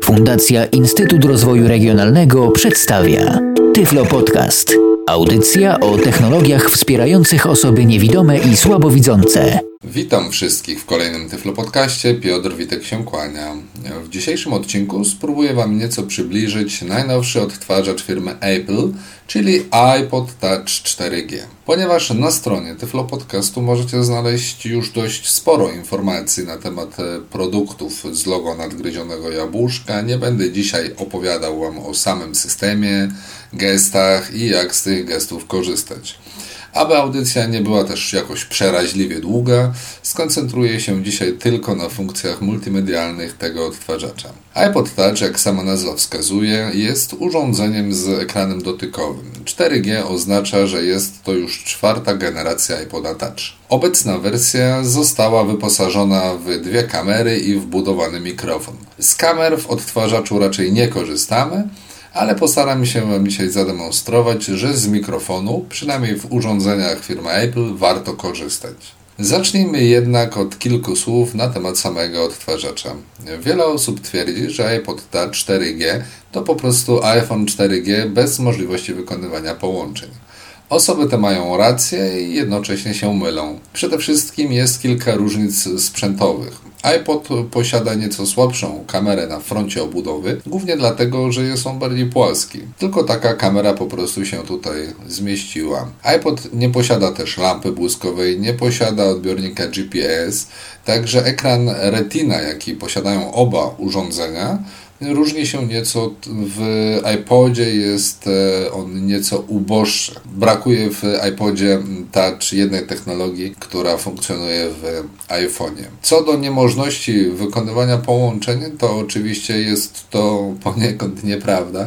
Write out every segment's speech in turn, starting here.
Fundacja Instytut Rozwoju Regionalnego przedstawia Tyflo Podcast. Audycja o technologiach wspierających osoby niewidome i słabowidzące. Witam wszystkich w kolejnym Tyflo Podcaście. Piotr Witek się kłania. W dzisiejszym odcinku spróbuję Wam nieco przybliżyć najnowszy odtwarzacz firmy Apple, czyli iPod Touch 4G. Ponieważ na stronie Tyflo Podcastu możecie znaleźć już dość sporo informacji na temat produktów z logo nadgryzionego jabłuszka, nie będę dzisiaj opowiadał Wam o samym systemie, gestach i jak z tych gestów korzystać. Aby audycja nie była też jakoś przeraźliwie długa, skoncentruję się dzisiaj tylko na funkcjach multimedialnych tego odtwarzacza. iPod Touch, jak sama nazwa wskazuje, jest urządzeniem z ekranem dotykowym. 4G oznacza, że jest to już czwarta generacja iPoda Touch. Obecna wersja została wyposażona w dwie kamery i wbudowany mikrofon. Z kamer w odtwarzaczu raczej nie korzystamy, ale postaram się Wam dzisiaj zademonstrować, że z mikrofonu, przynajmniej w urządzeniach firmy Apple, warto korzystać. Zacznijmy jednak od kilku słów na temat samego odtwarzacza. Wiele osób twierdzi, że iPod Touch 4G to po prostu iPhone 4G bez możliwości wykonywania połączeń. Osoby te mają rację i jednocześnie się mylą. Przede wszystkim jest kilka różnic sprzętowych. iPod posiada nieco słabszą kamerę na froncie obudowy, głównie dlatego, że jest on bardziej płaski. Tylko taka kamera po prostu się tutaj zmieściła. iPod nie posiada też lampy błyskowej, nie posiada odbiornika GPS, także ekran Retina, jaki posiadają oba urządzenia, różni się nieco. W iPodzie jest on nieco uboższy. Brakuje w iPodzie Touch jednej technologii, która funkcjonuje w iPhone'ie. Co do niemożności wykonywania połączeń, to oczywiście jest to poniekąd nieprawda.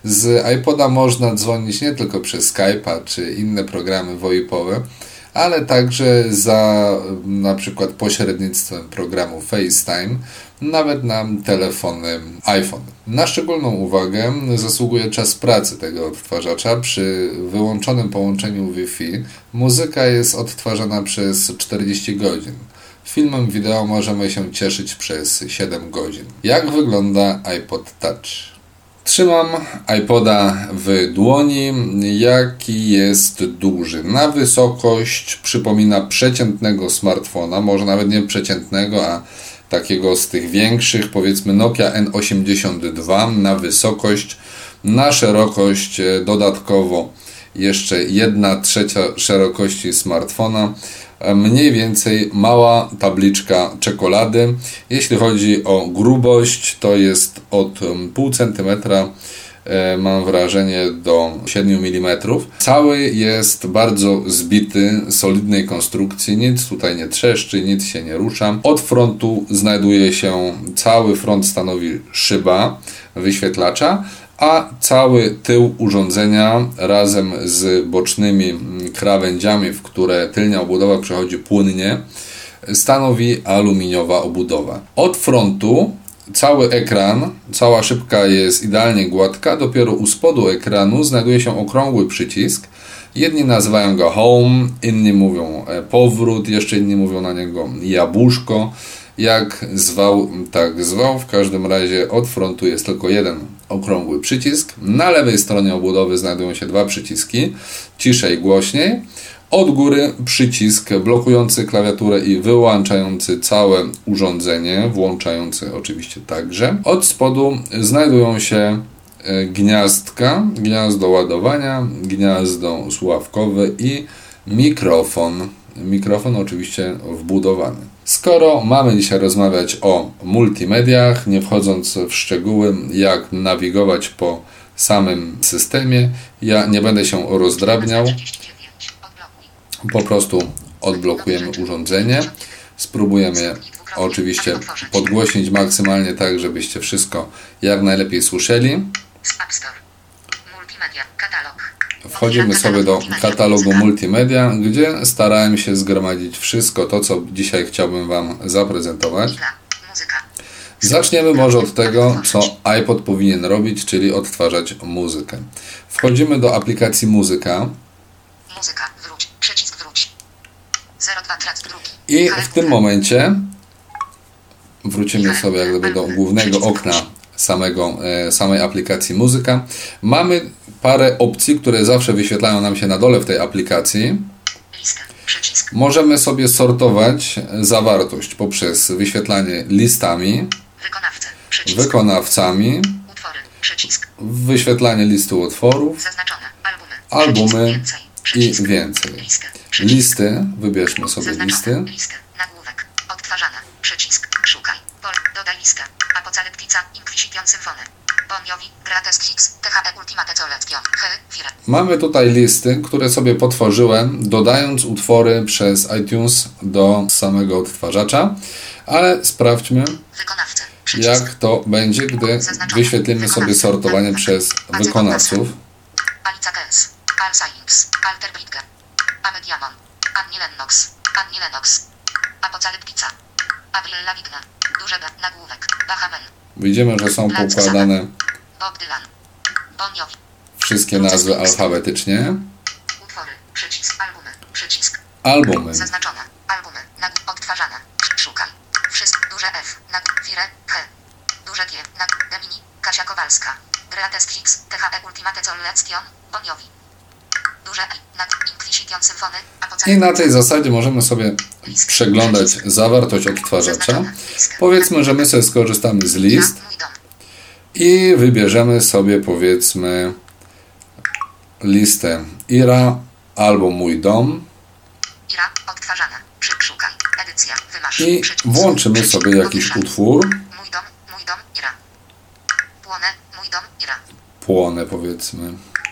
Z iPoda można dzwonić nie tylko przez Skype'a czy inne programy VoIP-owe, ale także za na przykład pośrednictwem programu FaceTime, nawet na telefony iPhone. Na szczególną uwagę zasługuje czas pracy tego odtwarzacza. Przy wyłączonym połączeniu Wi-Fi muzyka jest odtwarzana przez 40 godzin. Filmem wideo możemy się cieszyć przez 7 godzin. Jak wygląda iPod Touch? Trzymam iPoda w dłoni, jaki jest duży. Na wysokość przypomina przeciętnego smartfona, może nawet nie przeciętnego, a takiego z tych większych, powiedzmy Nokia N82 na wysokość, na szerokość dodatkowo jeszcze 1/3 szerokości smartfona. Mniej więcej mała tabliczka czekolady. Jeśli chodzi o grubość, to jest od 0,5 cm, mam wrażenie, do 7 mm. Cały jest bardzo zbity, solidnej konstrukcji, nic tutaj nie trzeszczy, nic się nie rusza. Od frontu znajduje się, cały front stanowi szyba wyświetlacza, a cały tył urządzenia razem z bocznymi krawędziami, w które tylnia obudowa przechodzi płynnie, stanowi aluminiowa obudowa. Od frontu cały ekran, cała szybka jest idealnie gładka, dopiero u spodu ekranu znajduje się okrągły przycisk. Jedni nazywają go Home, inni mówią powrót, jeszcze inni mówią na niego jabłuszko. Jak zwał, tak zwał. W każdym razie od frontu jest tylko jeden okrągły przycisk. Na lewej stronie obudowy znajdują się dwa przyciski, ciszej, głośniej. Od góry przycisk blokujący klawiaturę i wyłączający całe urządzenie, włączający oczywiście także. Od spodu znajdują się gniazdka, gniazdo ładowania, gniazdo słuchawkowe i mikrofon. Mikrofon oczywiście wbudowany. Skoro mamy dzisiaj rozmawiać o multimediach, nie wchodząc w szczegóły, jak nawigować po samym systemie, ja nie będę się rozdrabniał. Po prostu odblokujemy urządzenie. Spróbujemy oczywiście podgłośnić maksymalnie tak, żebyście wszystko jak najlepiej słyszeli. Wchodzimy sobie do katalogu multimedia, gdzie starałem się zgromadzić wszystko to, co dzisiaj chciałbym Wam zaprezentować. Zaczniemy może od tego, co iPod powinien robić, czyli odtwarzać muzykę. Wchodzimy do aplikacji Muzyka. Muzyka, wróć, przycisk wróć. 02 track drugi. I w tym momencie wrócimy sobie jak gdyby do głównego okna samej aplikacji Muzyka. Mamy parę opcji, które zawsze wyświetlają nam się na dole w tej aplikacji. Listę. Przycisk. Możemy sobie sortować zawartość poprzez wyświetlanie listami, Wykonawcy. Przycisk. wykonawcami, Utwory. Przycisk. wyświetlanie listy utworów, Zaznaczone. Albumy. albumy Przycisk. i Więcej. więcej. Listę. Przycisk. Listy, wybierzmy sobie Zaznaczone. listy. Listę. Nagłówek. Odtwarzana. Przycisk. Szukaj. Dodaj listę. Apocalyptica. Inquisition Symphony. Bon Jovi. Greatest Hits. THE Ultimate Collection. Fire. Mamy tutaj listy, które sobie potworzyłem, dodając utwory przez iTunes do samego odtwarzacza, ale sprawdźmy, Wykonawcy. Przycisk. jak to będzie, gdy wyświetlimy sobie sortowanie przez wykonawców. Alica Keys. Al Sainz. Alter Bridge. Amy Diamond. Annie Lennox. Apocalyptica. Avril Lavigne. Duże B. Nagłówek. Bahamen. Widzimy, że są poukładane Bob Dylan. Bon Jovi. wszystkie nazwy alfabetycznie. Utwory. Przycisk. Albumy. Przycisk. Albumy. Zaznaczone. Albumy. Odtwarzane. Szukaj. Wszystko. Duże F. Fire. H. Duże G. Gemini. Kasia Kowalska. Greatest Hits. THE Ultimate Collection. Bon Jovi. Duże I. Inquisition Symphony. I na tej zasadzie możemy sobie przeglądać zawartość odtwarzacza. Powiedzmy, że my sobie skorzystamy z list i wybierzemy sobie, powiedzmy, listę Ira albo Mój Dom Ira. Odtwarzane. Szukaj. Edycja. Wymasz. i włączymy sobie jakiś utwór. Mój dom. Ira. Płonę. Mój dom. Ira. Płonę, powiedzmy.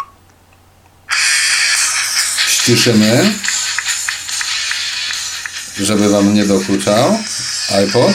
Ściszymy, żeby Wam nie dokuczał iPod.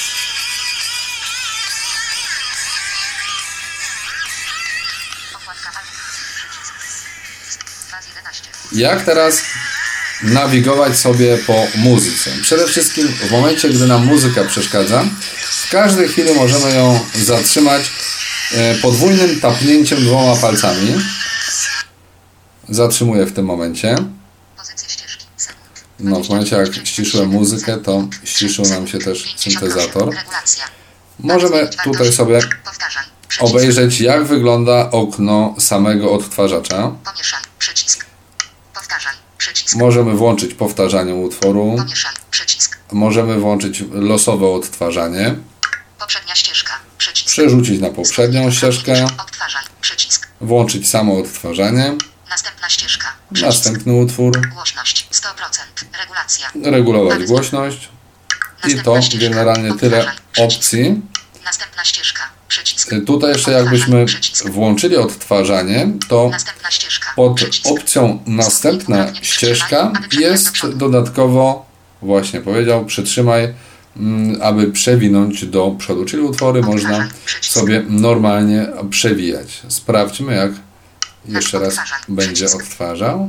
Okładka album. Przycisk. Baz 11. Jak teraz nawigować sobie po muzyce? Przede wszystkim w momencie, gdy nam muzyka przeszkadza, w każdej chwili możemy ją zatrzymać podwójnym tapnięciem 2 palcami. Zatrzymuję w tym momencie. Pozycje ścieżki. Sekund. No, w momencie jak ściszyłem muzykę, to ściszył nam się też syntezator. Regulacja. Możemy tutaj sobie Powtarzaj. Przycisk. obejrzeć, jak wygląda okno samego odtwarzacza. Pomieszaj. Przycisk. Powtarzaj. Przycisk. Możemy włączyć powtarzanie utworu. Pomieszaj. Przycisk. Możemy włączyć losowe odtwarzanie. Poprzednia ścieżka. Przycisk. Przerzucić na poprzednią ścieżkę. Odtwarzaj. Przycisk. Włączyć samo odtwarzanie. Następna ścieżka. Przycisk. Następny utwór. Głośność 100%. Regulacja. Regulować głośność. I to generalnie tyle opcji. Następna ścieżka. Przycisk. Tutaj jeszcze jakbyśmy włączyli odtwarzanie, to Następna ścieżka. pod Przycisk. opcją następna ścieżka jest dodatkowo, właśnie powiedział, przytrzymaj, aby przewinąć do przodu, czyli utwory można sobie normalnie przewijać. Sprawdźmy, jak jeszcze raz będzie odtwarzał.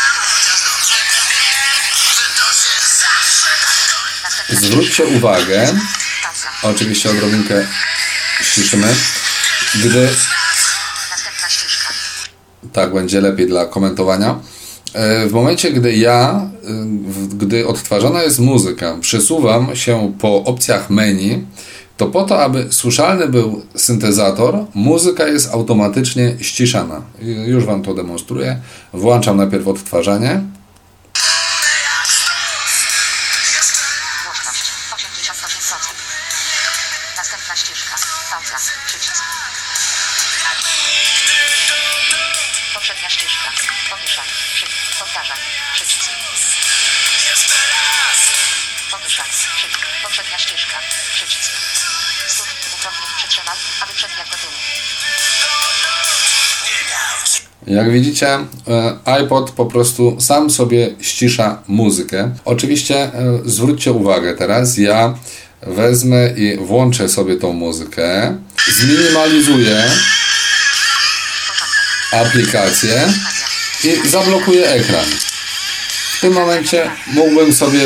Zwróćcie uwagę, oczywiście odrobinkę ściszymy, gdy Następna ścieżka. tak będzie lepiej dla komentowania. W momencie, gdy odtwarzana jest muzyka, przesuwam się po opcjach menu, to po to, aby słyszalny był syntezator, muzyka jest automatycznie ściszana. Już Wam to demonstruję. Włączam najpierw odtwarzanie. Głośność 88%. Następna ścieżka. Pauza. Przycisk. Poprzednia ścieżka. Pomieszaj. Powtarzaj. Przycisk. Pomieszaj. Poprzednia ścieżka. Przycisk. Stój dwukrotnie przytrzymaj, aby przewijać do tyłu. Jak widzicie, iPod po prostu sam sobie ścisza muzykę. Oczywiście zwróćcie uwagę teraz, ja wezmę i włączę sobie tą muzykę, zminimalizuję aplikację i zablokuję ekran. W tym momencie mógłbym sobie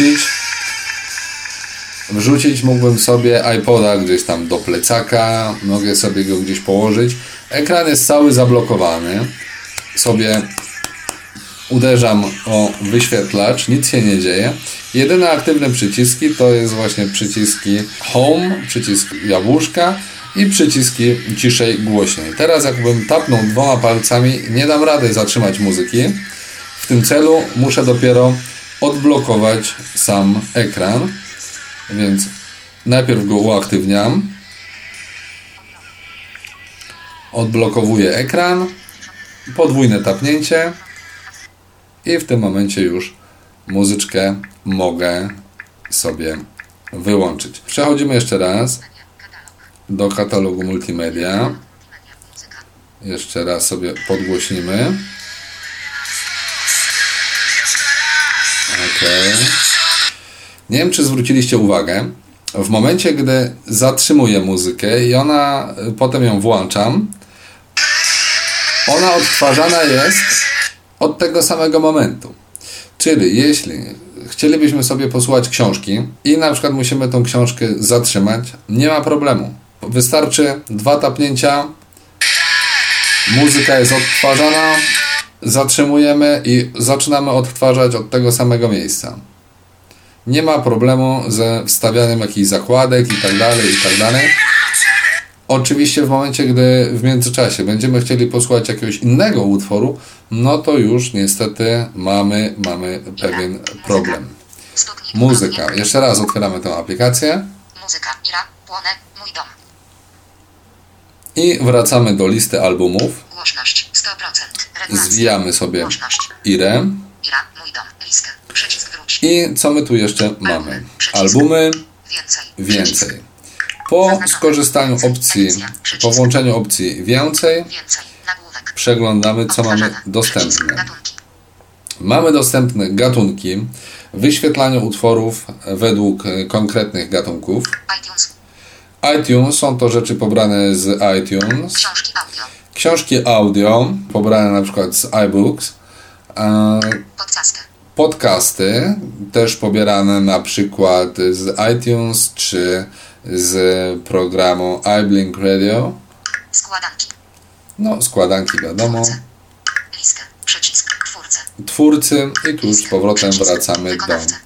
wrzucić mógłbym sobie iPoda gdzieś tam do plecaka, mogę sobie go gdzieś położyć. Ekran jest cały zablokowany. Sobie uderzam o wyświetlacz, nic się nie dzieje. Jedyne aktywne przyciski to jest właśnie przyciski Home, przycisk jabłuszka i przyciski ciszej, głośniej. Teraz jakbym tapnął 2 palcami, nie dam rady zatrzymać muzyki. W tym celu muszę dopiero odblokować sam ekran, więc najpierw go uaktywniam. Odblokowuję ekran, podwójne tapnięcie i w tym momencie już muzyczkę mogę sobie wyłączyć. Przechodzimy jeszcze raz do katalogu multimedia. Jeszcze raz sobie podgłośnimy. OK. Nie wiem, czy zwróciliście uwagę, w momencie, gdy zatrzymuję muzykę i potem ją włączam, ona odtwarzana jest od tego samego momentu. Czyli jeśli chcielibyśmy sobie posłuchać książki i na przykład musimy tą książkę zatrzymać, nie ma problemu. Wystarczy 2 tapnięcia, muzyka jest odtwarzana, zatrzymujemy i zaczynamy odtwarzać od tego samego miejsca. Nie ma problemu ze wstawianiem jakichś zakładek i tak dalej. Oczywiście w momencie, gdy w międzyczasie będziemy chcieli posłuchać jakiegoś innego utworu, no to już niestety mamy pewien problem. Muzyka. Jeszcze raz otwieramy tę aplikację. Muzyka. Ira. Płonę. Mój dom. I wracamy do listy albumów. Głośność 100%. Zwijamy sobie Głośność. Irę. Ira. Mój dom. Listę. Przycisk wróć. I co my tu jeszcze mamy? Albumy. Więcej. Po skorzystaniu opcji, po włączeniu opcji więcej, przeglądamy, co mamy dostępne. Mamy dostępne gatunki, wyświetlanie utworów według konkretnych gatunków. iTunes są to rzeczy pobrane z iTunes. Książki audio pobrane na przykład z iBooks. Podcasty też pobierane na przykład z iTunes czy z programu iBlink Radio. Składanki. No, składanki wiadomo. Listę. Przycisk. Twórcy i tu już z powrotem wracamy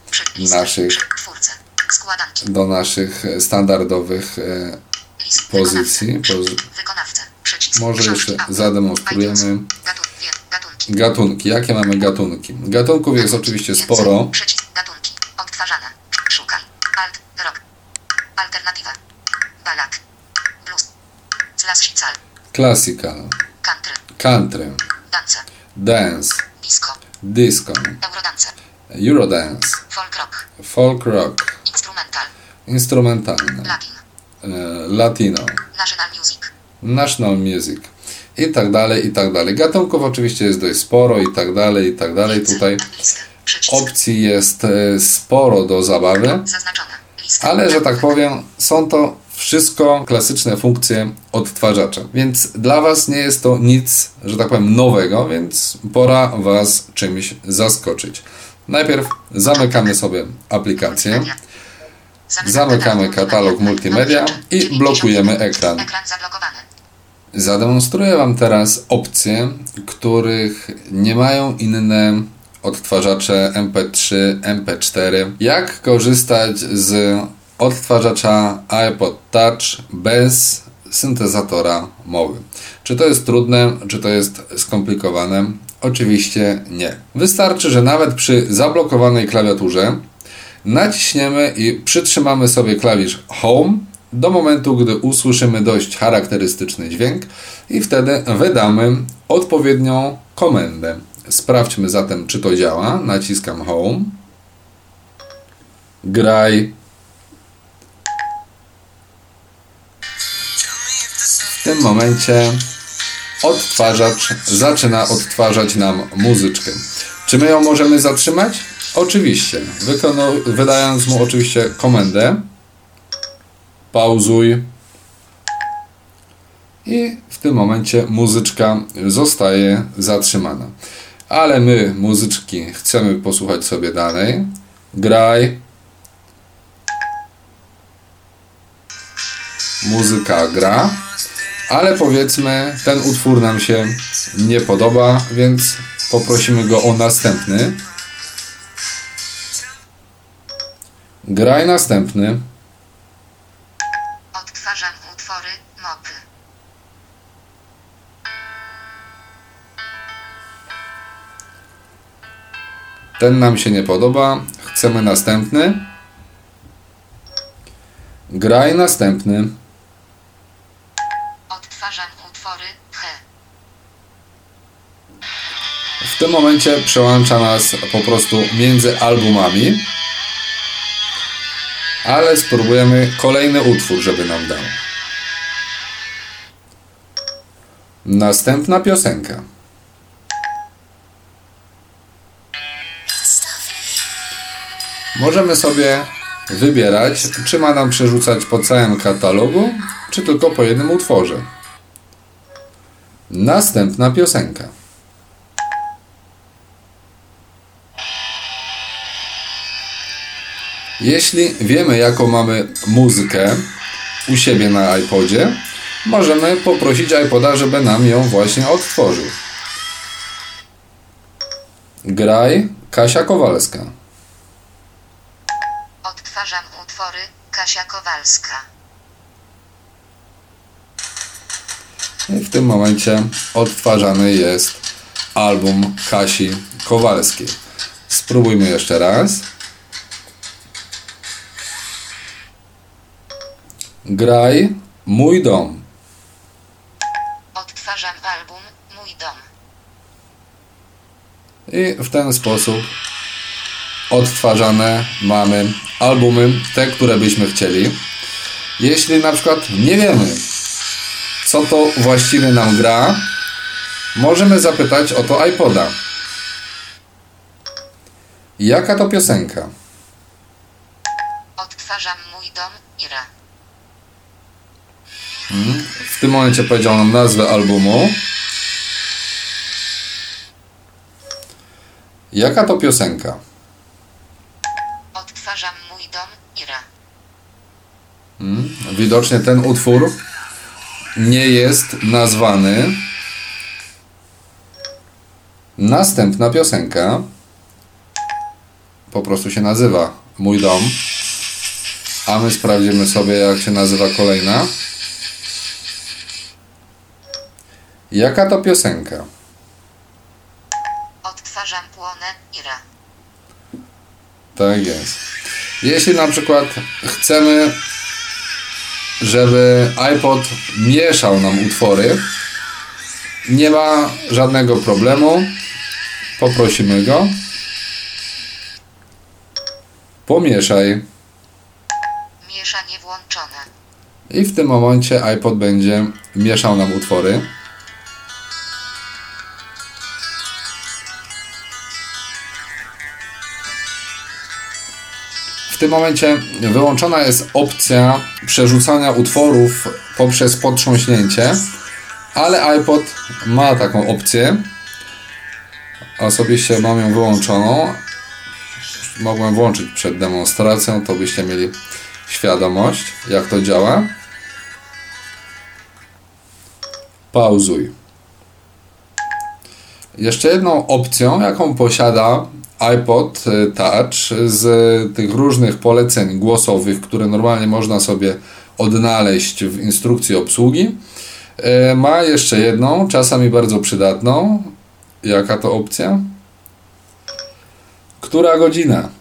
do naszych standardowych pozycji. Może jeszcze zademonstrujemy gatunki. Jakie mamy gatunki? Gatunków jest oczywiście sporo. Gatunki. Odtwarzane. Szukaj. Alt. Rock. Alternatywa. Ballad. Blues. Classical. Country. Dance. Disco. Eurodance. Folk rock. Instrumentalne. Latino. National music. I tak dalej. Gatunków oczywiście jest dość sporo i tak dalej. Tutaj opcji jest sporo do zabawy, ale że tak powiem, są to wszystko klasyczne funkcje odtwarzacza. Więc dla Was nie jest to nic, że tak powiem, nowego, więc pora Was czymś zaskoczyć. Najpierw zamykamy sobie aplikację, zamykamy katalog multimedia i blokujemy ekran. Zademonstruję Wam teraz opcje, których nie mają inne odtwarzacze MP3, MP4. Jak korzystać z odtwarzacza iPod Touch bez syntezatora mowy. Czy to jest trudne, czy to jest skomplikowane? Oczywiście nie. Wystarczy, że nawet przy zablokowanej klawiaturze naciśniemy i przytrzymamy sobie klawisz Home do momentu, gdy usłyszymy dość charakterystyczny dźwięk i wtedy wydamy odpowiednią komendę. Sprawdźmy zatem, czy to działa. Naciskam Home. Graj. W tym momencie odtwarzacz zaczyna odtwarzać nam muzyczkę. Czy my ją możemy zatrzymać? Oczywiście. Wydając mu oczywiście komendę. Pauzuj. I w tym momencie muzyczka zostaje zatrzymana. Ale my muzyczki chcemy posłuchać sobie dalej. Graj. Muzyka gra. Ale powiedzmy, ten utwór nam się nie podoba, więc poprosimy go o następny. Graj następny. Odtwarzam utwory OK. Ten nam się nie podoba. Chcemy następny. Graj następny. Odtwarzam utwory. He. W tym momencie przełącza nas po prostu między albumami. Ale spróbujemy kolejny utwór, żeby nam dał. Następna piosenka. Możemy sobie wybierać, czy ma nam przerzucać po całym katalogu, czy tylko po jednym utworze. Następna piosenka. Jeśli wiemy, jaką mamy muzykę u siebie na iPodzie, możemy poprosić iPoda, żeby nam ją właśnie odtworzył. Graj Kasia Kowalska. Odtwarzam utwory. Kasia Kowalska. I w tym momencie odtwarzany jest album Kasi Kowalskiej. Spróbujmy jeszcze raz. Graj Mój dom. Odtwarzam album Mój dom. I w ten sposób odtwarzane mamy albumy, te, które byśmy chcieli. Jeśli na przykład nie wiemy, co to właściwie nam gra, możemy zapytać o to iPoda. Jaka to piosenka? Odtwarzam Mój dom. Ira. W tym momencie powiedział nam nazwę albumu. Jaka to piosenka? Odtwarzam Mój dom. Ira. Widocznie ten utwór nie jest nazwany. Następna piosenka po prostu się nazywa Mój dom. A my sprawdzimy sobie, jak się nazywa kolejna. Jaka to piosenka? Odtwarzam Płonę. Ira. Tak jest. Jeśli na przykład chcemy, żeby iPod mieszał nam utwory, nie ma żadnego problemu. Poprosimy go. Pomieszaj. Mieszanie włączone. I w tym momencie iPod będzie mieszał nam utwory. W tym momencie wyłączona jest opcja przerzucania utworów poprzez potrząśnięcie, ale iPod ma taką opcję. Osobiście mam ją wyłączoną. Mogłem włączyć przed demonstracją, to byście mieli świadomość, jak to działa. Pauzuj. Jeszcze jedną opcją, jaką posiada iPod Touch z tych różnych poleceń głosowych, które normalnie można sobie odnaleźć w instrukcji obsługi, ma jeszcze jedną, czasami bardzo przydatną. Jaka to opcja? Która godzina?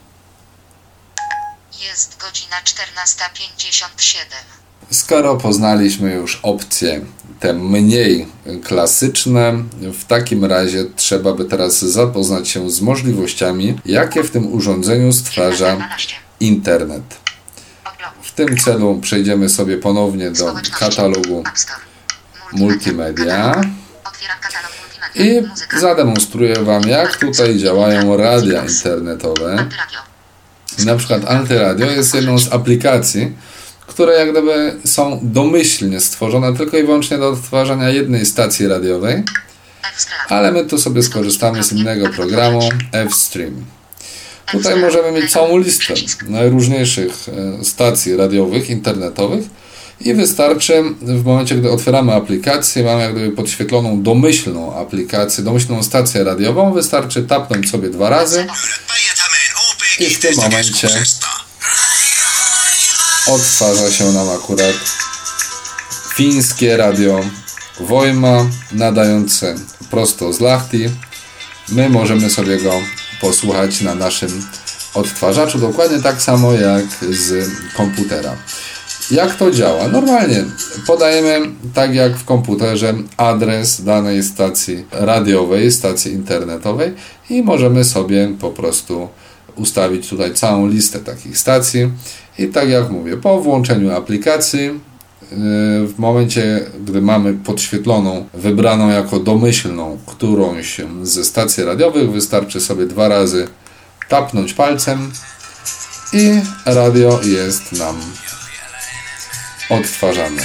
Jest godzina 14:57. Skoro poznaliśmy już opcje te mniej klasyczne, w takim razie trzeba by teraz zapoznać się z możliwościami, jakie w tym urządzeniu stwarza internet. W tym celu przejdziemy sobie ponownie do katalogu multimedia i zademonstruję Wam, jak tutaj działają radia internetowe. Na przykład Antyradio jest jedną z aplikacji, które jak gdyby są domyślnie stworzone tylko i wyłącznie do odtwarzania jednej stacji radiowej, ale my tu sobie skorzystamy z innego programu F-Stream. Tutaj możemy mieć całą listę najróżniejszych stacji radiowych, internetowych i wystarczy w momencie, gdy otwieramy aplikację, mamy jak gdyby podświetloną domyślną aplikację, domyślną stację radiową, wystarczy tapnąć sobie 2 razy i w tym momencie odtwarza się nam akurat fińskie radio Voima nadające prosto z Lahti. My możemy sobie go posłuchać na naszym odtwarzaczu dokładnie tak samo jak z komputera. Jak to działa? Normalnie podajemy, tak jak w komputerze, adres danej stacji radiowej, stacji internetowej i możemy sobie po prostu ustawić tutaj całą listę takich stacji i tak jak mówię, po włączeniu aplikacji, w momencie, gdy mamy podświetloną, wybraną jako domyślną którąś ze stacji radiowych, wystarczy sobie 2 razy tapnąć palcem i radio jest nam odtwarzane.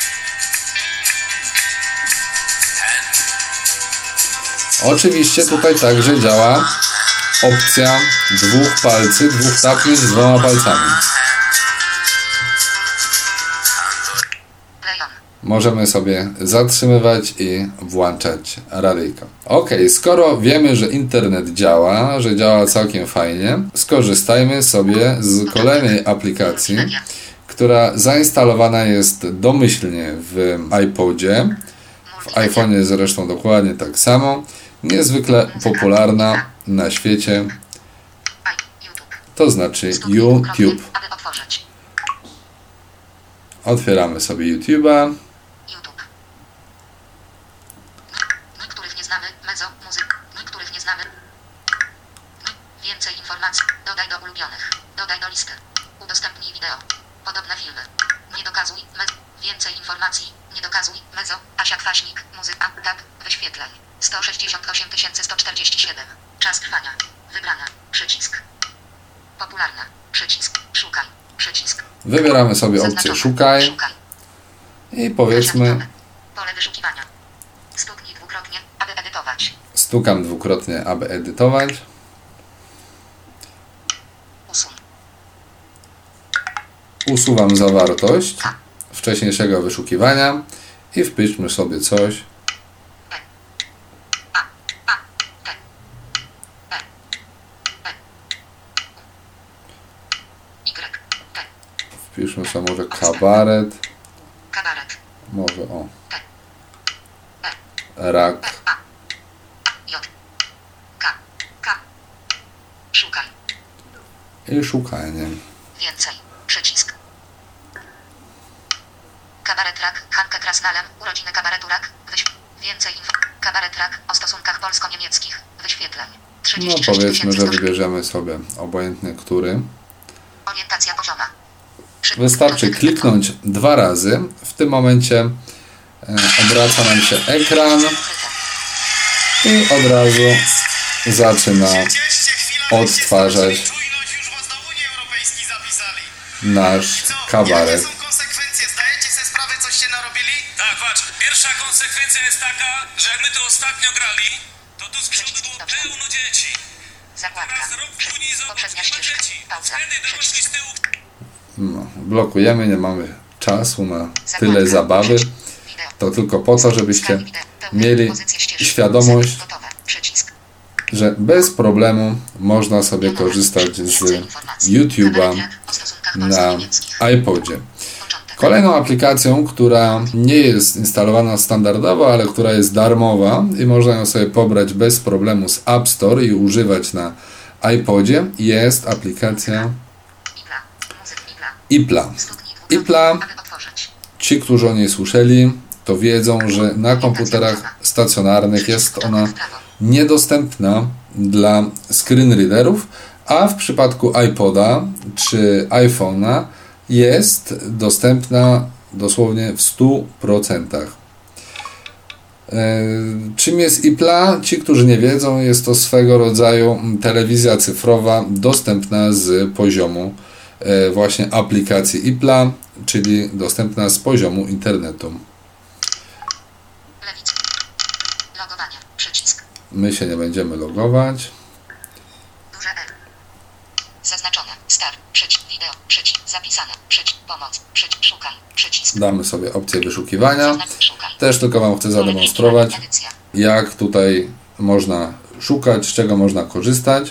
Oczywiście tutaj także działa opcja 2 palcy, 2 tapnięć z 2 palcami. Możemy sobie zatrzymywać i włączać radyjko. Ok, skoro wiemy, że internet działa, że działa całkiem fajnie, skorzystajmy sobie z kolejnej aplikacji, która zainstalowana jest domyślnie w iPodzie, w iPhone'ie zresztą dokładnie tak samo, niezwykle popularna na świecie, to znaczy YouTube. Otwieramy sobie YouTube'a. Niektórych nie znamy, mezo, muzyk, niektórych nie znamy. Więcej informacji, dodaj do ulubionych, dodaj do listy, udostępnij wideo, podobne filmy, nie dokazuj, więcej informacji, nie dokazuj, mezo, Asia Kwaśnik, muzyka, tab, wyświetleń, 168 147, czas trwania, wybrana, przycisk, popularna, przycisk, szukaj, przycisk. Wybieramy sobie opcję szukaj i powiedzmy pole wyszukiwania. Stuknij dwukrotnie, aby edytować. Stukam dwukrotnie, aby edytować. Usuń. Usuwam zawartość wcześniejszego wyszukiwania i wpiszmy sobie coś. Wpiszmy sobie może kabaret. Może o. Rak. Szukaj. I szukanie. Więcej. Przycisk. Kabaret Rak. Hanke Krasnalem. Urodziny kabaretu Rak. Więcej info. Kabaret Rak. O stosunkach polsko-niemieckich. Wyświetleń. No powiedzmy, że wybierzemy sobie obojętny który. Orientacja pozioma. Wystarczy kliknąć 2 razy. W tym momencie obraca nam się ekran i od razu zaczyna odtwarzać nasz kabaret. Zdajecie sobie sprawę, coś się narobili? Tak, patrz. Pierwsza konsekwencja jest taka, że jak my to ostatnio grali, to tu z przodu było pełno dzieci. Zakładka. Poprzednia ścieżka. Pauza. Dorośli z tyłu. No, blokujemy, nie mamy czasu na tyle zabawy. To tylko po to, żebyście mieli świadomość, że bez problemu można sobie korzystać z YouTube'a na iPodzie. Kolejną aplikacją, która nie jest instalowana standardowo, ale która jest darmowa i można ją sobie pobrać bez problemu z App Store i używać na iPodzie, jest aplikacja Ipla. Ipla, ci, którzy o niej słyszeli, to wiedzą, że na komputerach stacjonarnych jest ona niedostępna dla screenreaderów, a w przypadku iPoda czy iPhone'a jest dostępna dosłownie w 100%. Czym jest Ipla? Ci, którzy nie wiedzą, jest to swego rodzaju telewizja cyfrowa dostępna z poziomu właśnie aplikacji Ipla, czyli dostępna z poziomu internetu. Logowanie. Przycisk. My się nie będziemy logować. Duże L. Zaznaczone. Start. Wideo. Zapisane. Pomoc. Szukaj. Przycisk. Damy sobie opcję wyszukiwania. Szukaj. Też tylko Wam chcę zademonstrować, jak tutaj można szukać, z czego można korzystać.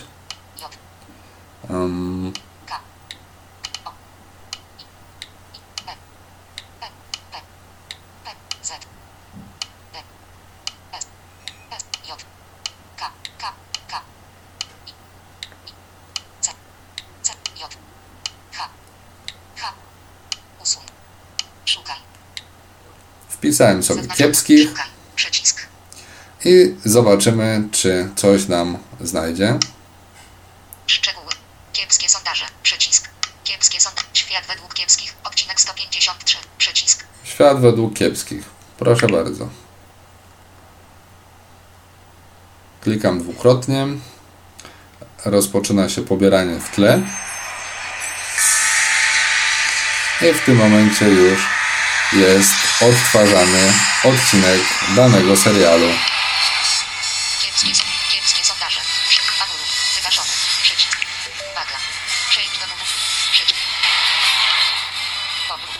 Wpisałem sobie kiepskich i zobaczymy, czy coś nam znajdzie. Szczegóły. Kiepskie sondaże. Przycisk. Kiepskie sondaże. Świat według kiepskich. Odcinek 153. Przycisk. Świat według kiepskich. Proszę bardzo. Klikam dwukrotnie. Rozpoczyna się pobieranie w tle. I w tym momencie już jest odtwarzany odcinek danego serialu. Kiepskie sondaże. Anuluj. Wygaszone. Przycisk. Uwaga. Przejdź do numeru. Przycisk. Powrót.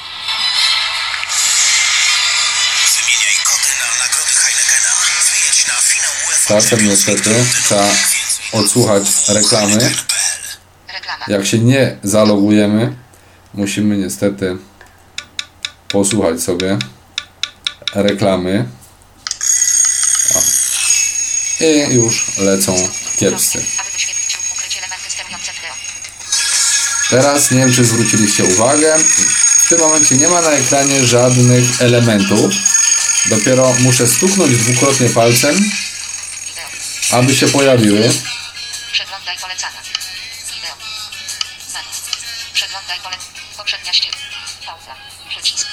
Wymieniaj kody na nagrody Heinekena. Wyjedź na finał UEFA. Czasem niestety trzeba odsłuchać reklamy. Reklama. Jak się nie zalogujemy, musimy niestety posłuchać sobie reklamy. O. I już lecą kiepscy. Aby wyświetlić lub ukryć elementy sterujące wideo. Teraz nie wiem, czy zwróciliście uwagę. W tym momencie nie ma na ekranie żadnych elementów. Dopiero muszę stuknąć dwukrotnie palcem, Wideo. aby się pojawiły. Przeglądaj polecane. Wideo. Menu. Przeglądaj poprzednia ścieżka. Pauza. Przycisk.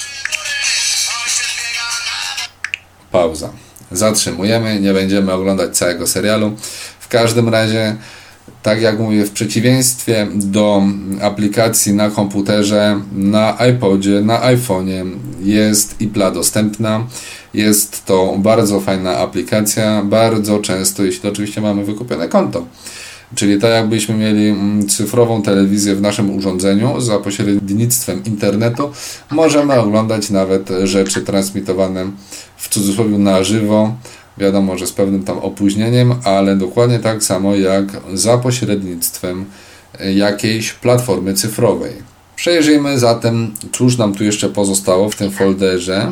Pauza. Zatrzymujemy, nie będziemy oglądać całego serialu. W każdym razie, tak jak mówię, w przeciwieństwie do aplikacji na komputerze, na iPodzie, na iPhone'ie jest iPla dostępna. Jest to bardzo fajna aplikacja, bardzo często, jeśli oczywiście mamy wykupione konto. Czyli tak jakbyśmy mieli cyfrową telewizję w naszym urządzeniu za pośrednictwem internetu, możemy oglądać nawet rzeczy transmitowane w cudzysłowie na żywo. Wiadomo, że z pewnym tam opóźnieniem, ale dokładnie tak samo jak za pośrednictwem jakiejś platformy cyfrowej. Przejrzyjmy zatem, cóż nam tu jeszcze pozostało w tym folderze.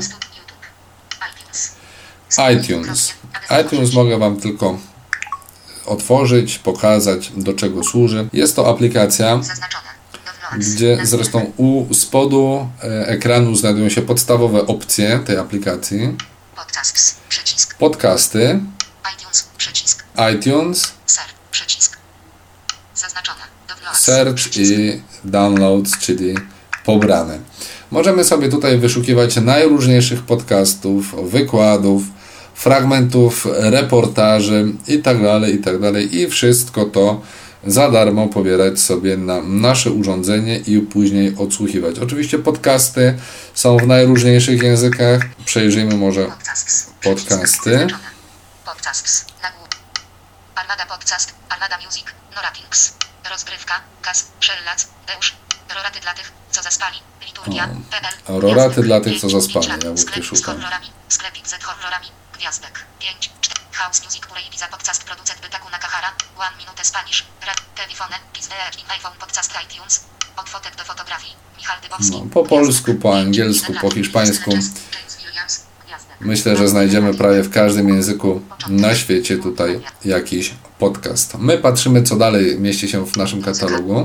iTunes. iTunes mogę Wam tylko otworzyć, pokazać, do czego służy. Jest to aplikacja, gdzie zresztą u spodu ekranu znajdują się podstawowe opcje tej aplikacji. Podcasty, iTunes, Search i Downloads, czyli pobrane. Możemy sobie tutaj wyszukiwać najróżniejszych podcastów, wykładów, fragmentów, reportaży itd. I wszystko to za darmo pobierać sobie na nasze urządzenie i później odsłuchiwać. Oczywiście podcasty są w najróżniejszych językach. Przejrzyjmy może podcasty. Armada Podcast, Armada Music, Noratings, Rozgrywka, Kas, Szellac, Deusz, Roraty dla tych, co zaspali, Liturgia, PL, Roraty dla tych, co zaspali, ja sklep z szukam. horrorami, sklepik z horrorami, Gwiazdek, 5, 4, House Music, Purei Biza Podcast, producent Bytaku Nakahara, 1 Minute Spanish, Red, Telefone, Pizdeer, iPhone, Podcast, iTunes, od fotek do fotografii, Michal Dybowski. No, po polsku, po angielsku, po hiszpańsku. Myślę, że znajdziemy prawie w każdym języku na świecie tutaj jakiś podcast. My patrzymy, co dalej mieści się w naszym katalogu.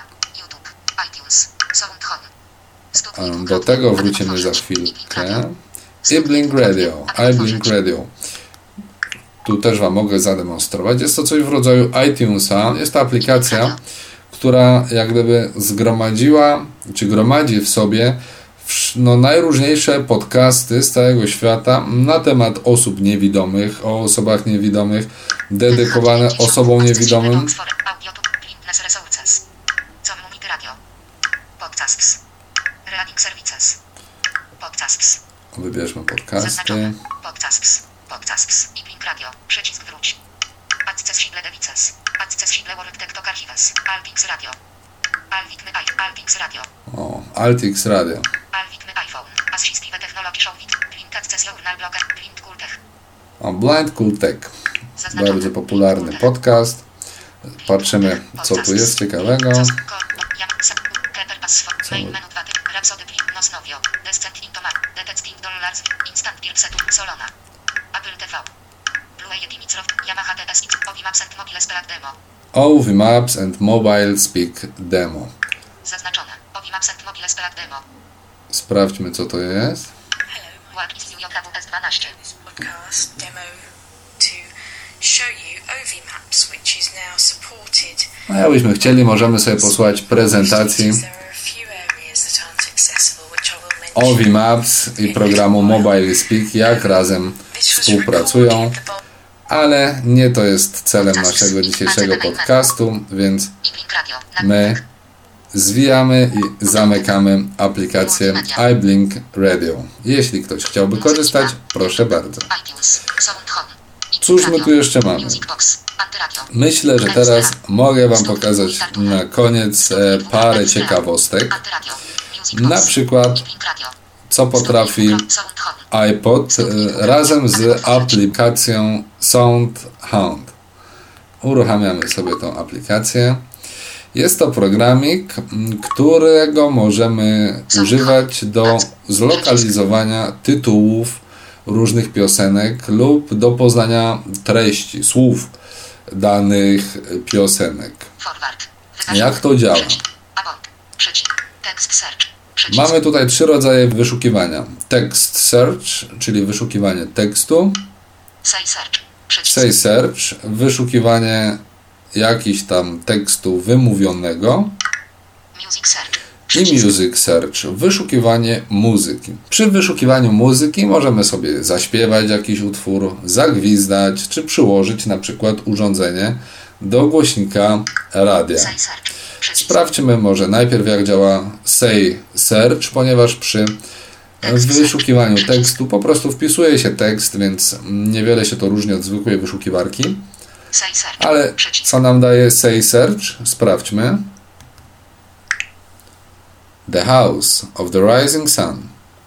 Do tego wrócimy za chwilkę. iBlink Radio. iBlink Radio. Tu też Wam mogę zademonstrować. Jest to coś w rodzaju iTunesa. Jest to aplikacja, która jak gdyby zgromadziła, czy gromadzi w sobie najróżniejsze podcasty z całego świata na temat osób niewidomych, o osobach niewidomych, dedykowane osobom niewidomym. Wybierzmy podcasty. Podcasts. iBlink Radio. Przycisk wróć. Accessible devices. Accessible World TikTok Archives. Altix Radio. Altix Radio. O, Altix Radio. iPhone. Assistive Technology Show with Blink Access Journal Blogger. Blind Cool Tech. O, Blind Cool Tech. Bardzo popularny podcast. Patrzymy, co tu jest ciekawego. $. Instant Beer Setu. Solona. Apple TV. Blue Yeti Microsoft. Yamaha TSX. Ovi Maps and Mobile Speak Demo. Ovi Maps and Mobile Speak Demo. Zaznaczone. Ovi Maps and Mobile Speak Demo. Sprawdźmy, co to jest. What is UJWS12? This podcast demo to show you Ovi Maps, which is now supported. No, jakbyśmy chcieli, możemy sobie posłuchać prezentacji There are a few areas that aren't accessible, which I will mention. Ovi Maps i programu Mobile Speak, jak razem współpracują, ale nie to jest celem naszego dzisiejszego podcastu, więc Iblink Radio. my zwijamy i zamykamy aplikację iBlink Radio. Jeśli ktoś chciałby korzystać, proszę bardzo. iTunes. Sound Home. Iblink Cóż my Radio. tu jeszcze mamy? Music Box. Antyradio. Myślę, że teraz mogę Wam pokazać na koniec parę ciekawostek. Antyradio. Music Na Box. przykład, Iblink Radio. co potrafi Sound Home. iPod razem z aplikacją SoundHound. Uruchamiamy sobie tą aplikację. Jest to programik, którego możemy używać do zlokalizowania tytułów różnych piosenek lub do poznania treści, słów danych piosenek. Forward. Jak to działa? Abort. Przycisk. Text search. Przycisk. Mamy tutaj 3 rodzaje wyszukiwania. Text search, czyli wyszukiwanie tekstu. Say search. Przycisk. Say search, wyszukiwanie jakiś tam tekstu wymówionego. Music search. I music search, wyszukiwanie muzyki. Przy wyszukiwaniu muzyki możemy sobie zaśpiewać jakiś utwór, zagwizdać, czy przyłożyć na przykład urządzenie do głośnika radia. Say search. Przycisk. Sprawdźmy może najpierw, jak działa Say Search, ponieważ przy wyszukiwaniu tekstu po prostu wpisuje się tekst, więc niewiele się to różni od zwykłej wyszukiwarki. Say search. Ale Przycisk. co nam daje Say Search? Sprawdźmy. The House of the Rising Sun.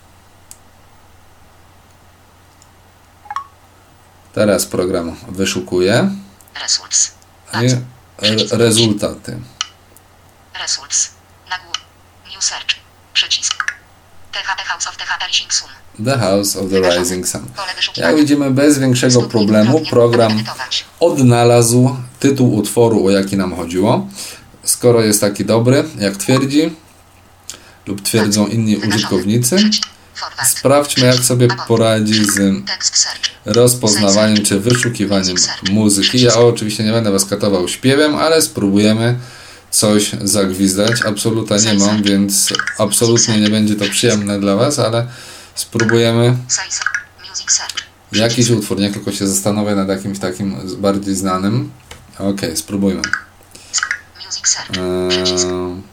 Teraz program wyszukuje Results. i rezultaty. Results. Nagłówek. New search. Przycisk. THE House of THE Rising Sun. The House of the Rising Sun. Pole wyszukiwania. Jak widzimy, bez większego problemu program odnalazł tytuł utworu, o jaki nam chodziło. Skoro jest taki dobry, jak twierdzi lub twierdzą inni użytkownicy, Forward. sprawdźmy, jak sobie poradzi z Text search. rozpoznawaniem czy wyszukiwaniem muzyki. Ja oczywiście nie będę Was katował śpiewem, ale spróbujemy coś zagwizdać. Absoluta nie mam, więc absolutnie nie będzie to przyjemne dla Was, ale spróbujemy Say search. Music search. jakiś utwór. Nie tylko się zastanowię nad jakimś takim bardziej znanym. Okej, spróbujmy. Music search. Przycisk.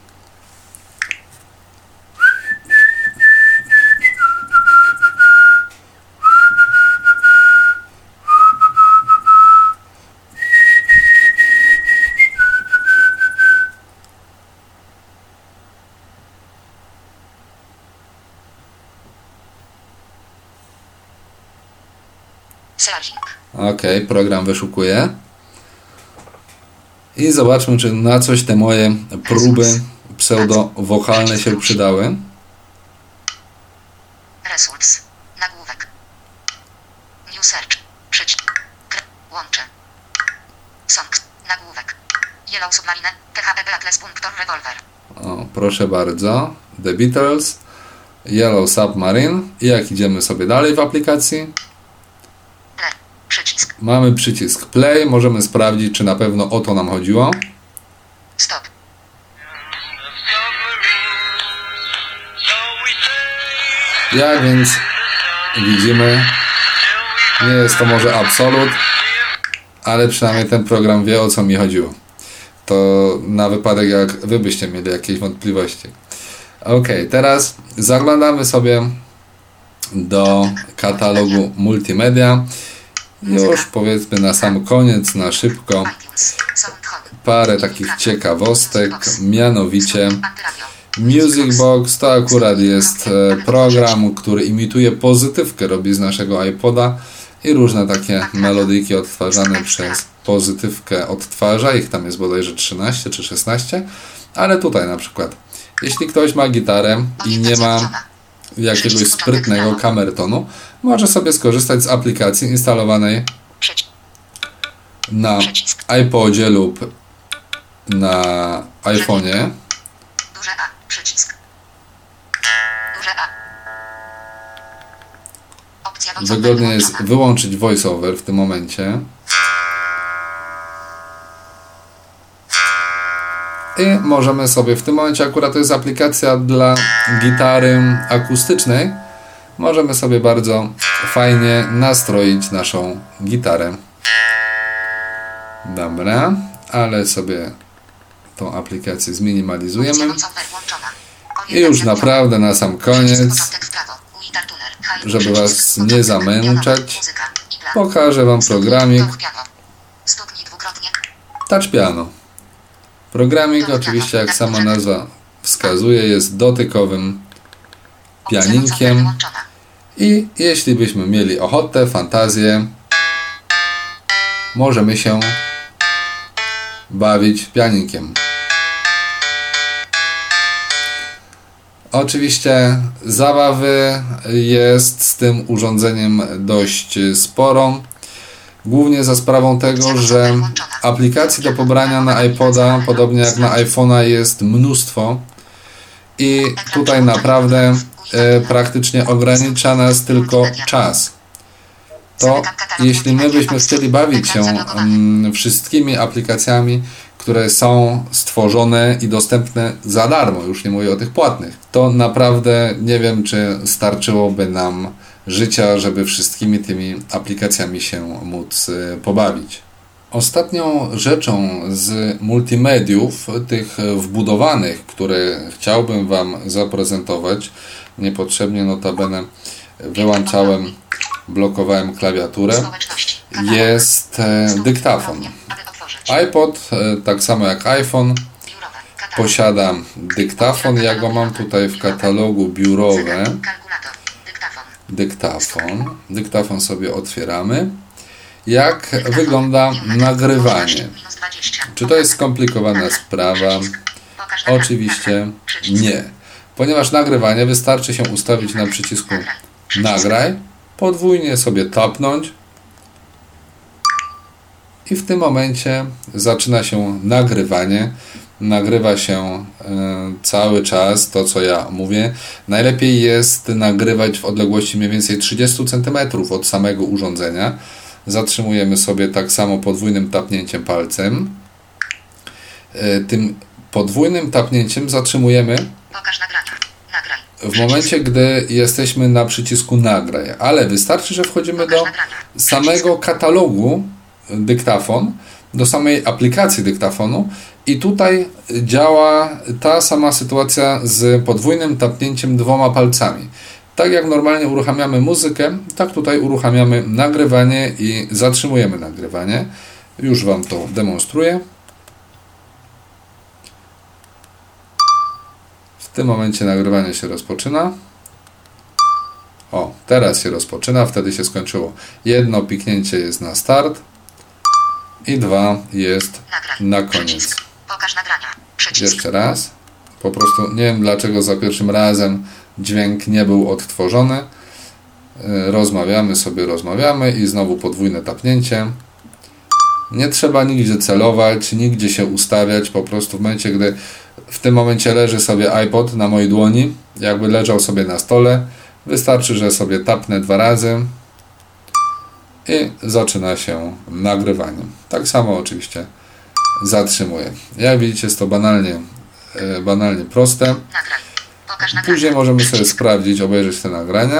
Searching. Okej, program wyszukuje. I zobaczmy, czy na coś te moje próby pseudo-wokalne się przydały. Results. Nagłówek. New search. Przycisk. Łącze. Song. Nagłówek. Yellow Submarine. THE Beatles Punctor Revolver. O, proszę bardzo. The Beatles, Yellow Submarine. I jak idziemy sobie dalej w aplikacji, Play. Przycisk. mamy przycisk play. Możemy sprawdzić, czy na pewno o to nam chodziło. Stop. Jak więc widzimy, nie jest to może absolut, ale przynajmniej ten program wie, o co mi chodziło. To na wypadek, jak Wy byście mieli jakieś wątpliwości. Ok, teraz zaglądamy sobie do katalogu multimedia. Już powiedzmy na sam koniec, na szybko, iTunes. Sound Home. parę takich ciekawostek, mianowicie Antyradio. Music Box to akurat jest program, który imituje pozytywkę, robi z naszego iPoda i różne takie melodyjki odtwarzane przez pozytywkę odtwarza. Ich tam jest bodajże 13 czy 16, ale tutaj na przykład, jeśli ktoś ma gitarę i nie ma jakiegoś sprytnego kamertonu, może sobie skorzystać z aplikacji instalowanej na iPodzie lub na iPhone'ie. Duże A. Przycisk. Duże A. Opcja Wygodnie jest wyłączyć VoiceOver w tym momencie. I możemy sobie w tym momencie, akurat to jest aplikacja dla gitary akustycznej, możemy sobie bardzo fajnie nastroić naszą gitarę. Dobra, ale sobie tą aplikację zminimalizujemy. I już naprawdę na sam koniec, żeby Was nie zamęczać, pokażę Wam programik Touch Piano. Programik oczywiście, jak sama nazwa wskazuje, jest dotykowym pianinkiem i jeśli byśmy mieli ochotę, fantazję, możemy się bawić pianinkiem. Oczywiście zabawy jest z tym urządzeniem dość sporo. Głównie za sprawą tego, że aplikacji do pobrania na iPoda, podobnie jak na iPhone'a, jest mnóstwo i tutaj naprawdę praktycznie ogranicza nas tylko czas. To jeśli my byśmy chcieli bawić się wszystkimi aplikacjami, które są stworzone i dostępne za darmo, już nie mówię o tych płatnych, to naprawdę nie wiem, czy starczyłoby nam życia, żeby wszystkimi tymi aplikacjami się móc pobawić. Ostatnią rzeczą z multimediów, tych wbudowanych, które chciałbym Wam zaprezentować, niepotrzebnie notabene wyłączałem, blokowałem klawiaturę, jest dyktafon. iPod, tak samo jak iPhone, posiada dyktafon. Ja go mam tutaj w katalogu biurowe. Dyktafon sobie otwieramy. Jak wygląda nagrywanie? Czy to jest skomplikowana sprawa? Oczywiście nie. Ponieważ nagrywanie wystarczy się ustawić na przycisku nagraj, podwójnie sobie tapnąć i w tym momencie zaczyna się nagrywanie. Nagrywa się cały czas to, co ja mówię. Najlepiej jest nagrywać w odległości mniej więcej 30 cm od samego urządzenia. Zatrzymujemy sobie tak samo podwójnym tapnięciem palcem. Tym podwójnym tapnięciem zatrzymujemy w momencie, gdy jesteśmy na przycisku nagraj. Ale wystarczy, że wchodzimy do samego katalogu dyktafon, do samej aplikacji dyktafonu i tutaj działa ta sama sytuacja z podwójnym tapnięciem dwoma palcami. Tak jak normalnie uruchamiamy muzykę, tak tutaj uruchamiamy nagrywanie i zatrzymujemy nagrywanie. Już Wam to demonstruję. W tym momencie nagrywanie się rozpoczyna. O, teraz się rozpoczyna, wtedy się skończyło. Jedno piknięcie jest na start i 2 jest na koniec. Jeszcze raz. Po prostu nie wiem, dlaczego za pierwszym razem dźwięk nie był odtworzony. Rozmawiamy i znowu podwójne tapnięcie. Nie trzeba nigdzie celować, nigdzie się ustawiać. Po prostu w momencie, gdy w tym momencie leży sobie iPod na mojej dłoni, jakby leżał sobie na stole, wystarczy, że sobie tapnę 2 razy i zaczyna się nagrywanie. Tak samo oczywiście zatrzymuję. Jak widzicie, jest to banalnie proste. Później możemy sobie sprawdzić, obejrzeć te nagrania.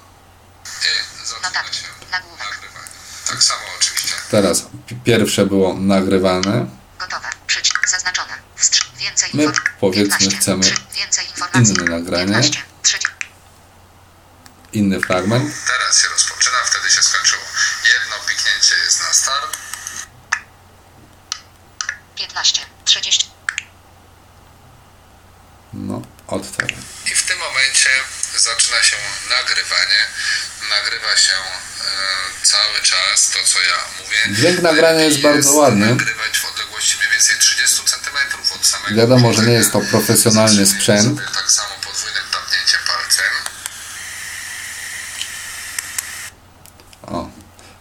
Tak samo oczywiście. Teraz pierwsze było nagrywane. My powiedzmy chcemy inne nagranie. Inny fragment. Teraz się rozpoczyna, wtedy się skończyło. Jedno piknięcie jest na start. 15, 30. No, odtwarzam. I w tym momencie zaczyna się nagrywanie. Nagrywa się cały czas to, co ja mówię. Dźwięk nagrania jest bardzo ładny. Nagrywać w odległości mniej więcej 30 cm od samego. Wiadomo, że nie jest to profesjonalny sprzęt. Tak samo podwójnym tapnięciem palcem.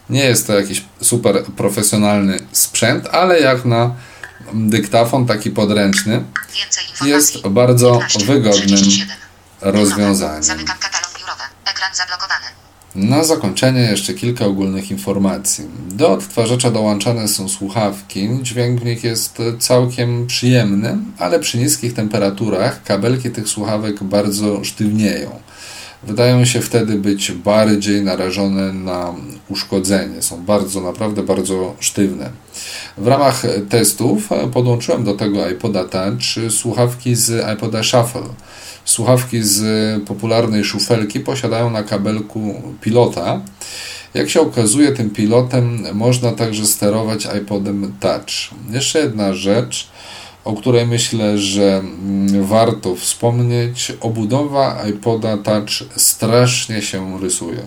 Nie jest to jakiś super profesjonalny sprzęt, ale jak na dyktafon taki podręczny jest bardzo wygodnym rozwiązaniem. Zamykam katalog biurowy. Ekran zablokowany. Na zakończenie jeszcze kilka ogólnych informacji. Do odtwarzacza dołączane są słuchawki. Dźwięk w nich jest całkiem przyjemny, ale przy niskich temperaturach kabelki tych słuchawek bardzo sztywnieją. Wydają się wtedy być bardziej narażone na uszkodzenie. Są naprawdę bardzo sztywne. W ramach testów podłączyłem do tego iPoda Touch słuchawki z iPoda Shuffle. Słuchawki z popularnej szufelki posiadają na kabelku pilota. Jak się okazuje, tym pilotem można także sterować iPodem Touch. Jeszcze jedna rzecz, o której myślę, że warto wspomnieć. Obudowa iPoda Touch strasznie się rysuje.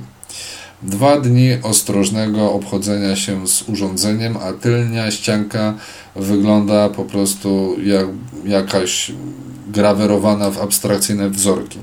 2 dni ostrożnego obchodzenia się z urządzeniem, a tylnia ścianka wygląda po prostu jak jakaś grawerowana w abstrakcyjne wzorki.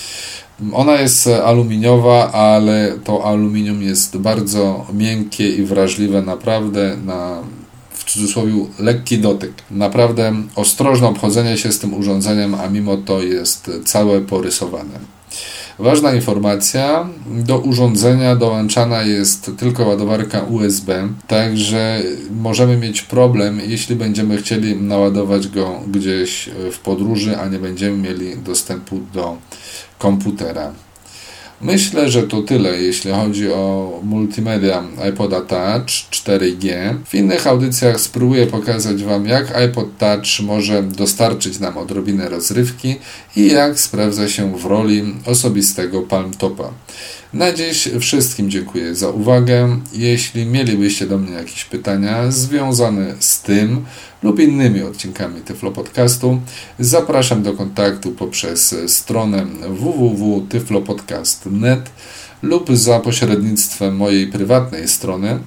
Ona jest aluminiowa, ale to aluminium jest bardzo miękkie i wrażliwe naprawdę na, w cudzysłowie, lekki dotyk. Naprawdę ostrożne obchodzenie się z tym urządzeniem, a mimo to jest całe porysowane. Ważna informacja, do urządzenia dołączana jest tylko ładowarka USB, także możemy mieć problem, jeśli będziemy chcieli naładować go gdzieś w podróży, a nie będziemy mieli dostępu do komputera. Myślę, że to tyle, jeśli chodzi o multimedia iPoda Touch 4G. W innych audycjach spróbuję pokazać Wam, jak iPod Touch może dostarczyć nam odrobinę rozrywki i jak sprawdza się w roli osobistego palmtopa. Na dziś wszystkim dziękuję za uwagę. Jeśli mielibyście do mnie jakieś pytania związane z tym lub innymi odcinkami Tyflo Podcastu, zapraszam do kontaktu poprzez stronę www.tyflopodcast.net lub za pośrednictwem mojej prywatnej strony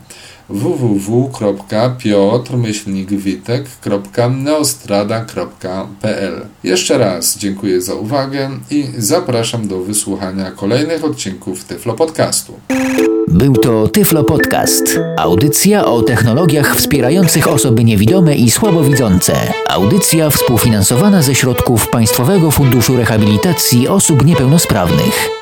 www.piotr-witek.neostrada.pl. Jeszcze raz dziękuję za uwagę i zapraszam do wysłuchania kolejnych odcinków Tyflo Podcastu. Był to Tyflo Podcast. Audycja o technologiach wspierających osoby niewidome i słabowidzące. Audycja współfinansowana ze środków Państwowego Funduszu Rehabilitacji Osób Niepełnosprawnych.